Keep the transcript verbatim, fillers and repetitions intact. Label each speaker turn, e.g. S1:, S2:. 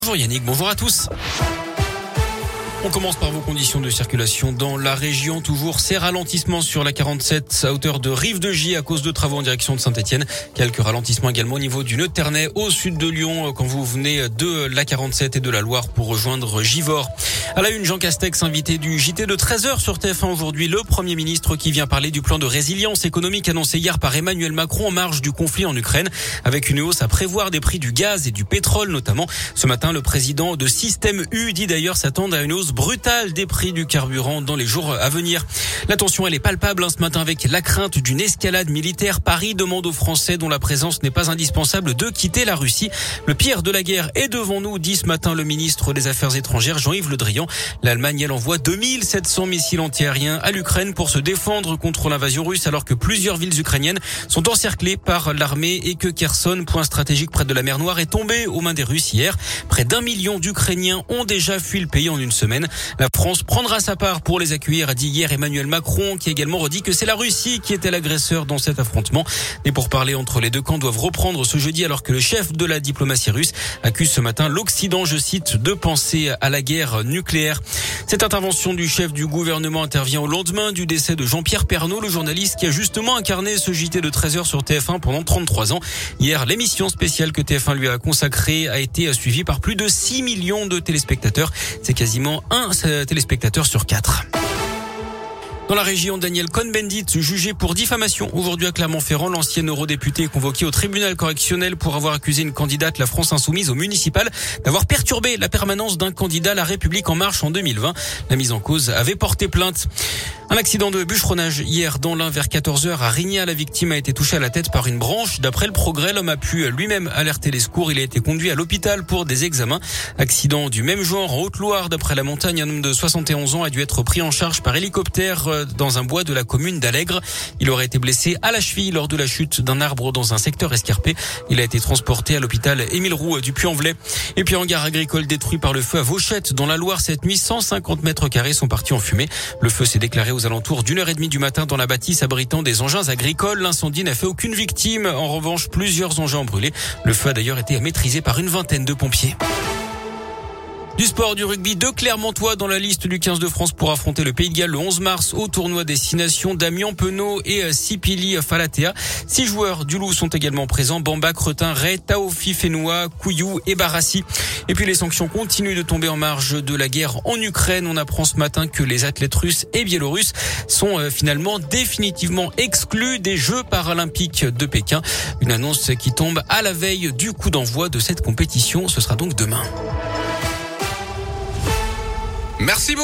S1: Bonjour Yannick, bonjour à tous. On commence par vos conditions de circulation dans la région. Toujours ces ralentissements sur la quarante-sept à hauteur de Rive-de-Gier à cause de travaux en direction de Saint-Etienne. Quelques ralentissements également au niveau du Nœud-Ternay au sud de Lyon quand vous venez de la quarante-sept et de la Loire pour rejoindre Givors. À la une, Jean Castex, invité du J T de treize heures sur T F un aujourd'hui. Le Premier ministre qui vient parler du plan de résilience économique annoncé hier par Emmanuel Macron en marge du conflit en Ukraine, avec une hausse à prévoir des prix du gaz et du pétrole notamment. Ce matin, le président de Système U dit d'ailleurs s'attendre à une hausse brutale des prix du carburant dans les jours à venir. La tension, elle est palpable hein, ce matin avec la crainte d'une escalade militaire. Paris demande aux Français dont la présence n'est pas indispensable de quitter la Russie. Le pire de la guerre est devant nous, dit ce matin le ministre des Affaires étrangères Jean-Yves Le Drian. L'Allemagne, elle envoie deux mille sept cents missiles antiaériens à l'Ukraine pour se défendre contre l'invasion russe alors que plusieurs villes ukrainiennes sont encerclées par l'armée et que Kherson, point stratégique près de la mer Noire, est tombé aux mains des Russes hier. Près d'un million d'Ukrainiens ont déjà fui le pays en une semaine. La France prendra sa part pour les accueillir, a dit hier Emmanuel Macron, qui a également redit que c'est la Russie qui était l'agresseur dans cet affrontement. Les pourparlers entre les deux camps doivent reprendre ce jeudi alors que le chef de la diplomatie russe accuse ce matin l'Occident, je cite, de penser à la guerre nucléaire. Cette intervention du chef du gouvernement intervient au lendemain du décès de Jean-Pierre Pernaut, le journaliste qui a justement incarné ce J T de treize heures sur T F un pendant trente-trois ans. Hier, l'émission spéciale que T F un lui a consacrée a été suivie par plus de six millions de téléspectateurs. C'est quasiment un téléspectateur sur quatre. Dans la région, Daniel Cohn-Bendit, jugé pour diffamation aujourd'hui à Clermont-Ferrand, l'ancien eurodéputé est convoqué au tribunal correctionnel pour avoir accusé une candidate, la France Insoumise, au municipal, d'avoir perturbé la permanence d'un candidat, La République En Marche, en deux mille vingt. La mise en cause avait porté plainte. Un accident de bûcheronnage hier dans l'Ain vers quatorze heures à Rignat. La victime a été touchée à la tête par une branche. D'après le Progrès, l'homme a pu lui-même alerter les secours. Il a été conduit à l'hôpital pour des examens. Accident du même genre en Haute-Loire. D'après la Montagne, un homme de soixante et onze ans a dû être pris en charge par hélicoptère dans un bois de la commune d'Allègre. Il aurait été blessé à la cheville lors de la chute d'un arbre dans un secteur escarpé. Il a été transporté à l'hôpital Émile Roux du Puy-en-Velay. Et puis un hangar agricole détruit par le feu à Vauchette dans la Loire cette nuit. cent cinquante mètres carrés sont partis en fumée. Le feu s'est déclaré aux alentours d'une heure et demie du matin dans la bâtisse abritant des engins agricoles. L'incendie n'a fait aucune victime. En revanche, plusieurs engins ont brûlé. Le feu a d'ailleurs été maîtrisé par une vingtaine de pompiers. Du sport, du rugby, deux Clermontois dans la liste du quinze de France pour affronter le Pays de Galles le onze mars au tournoi Destination. Damien Penaud et Sipili Falatea. Six joueurs du Loup sont également présents. Bamba, Cretin, Ray, Taofi, Fenoua, Couillou et Barassi. Et puis les sanctions continuent de tomber en marge de la guerre en Ukraine. On apprend ce matin que les athlètes russes et biélorusses sont finalement définitivement exclus des Jeux paralympiques de Pékin. Une annonce qui tombe à la veille du coup d'envoi de cette compétition. Ce sera donc demain.
S2: Merci beaucoup.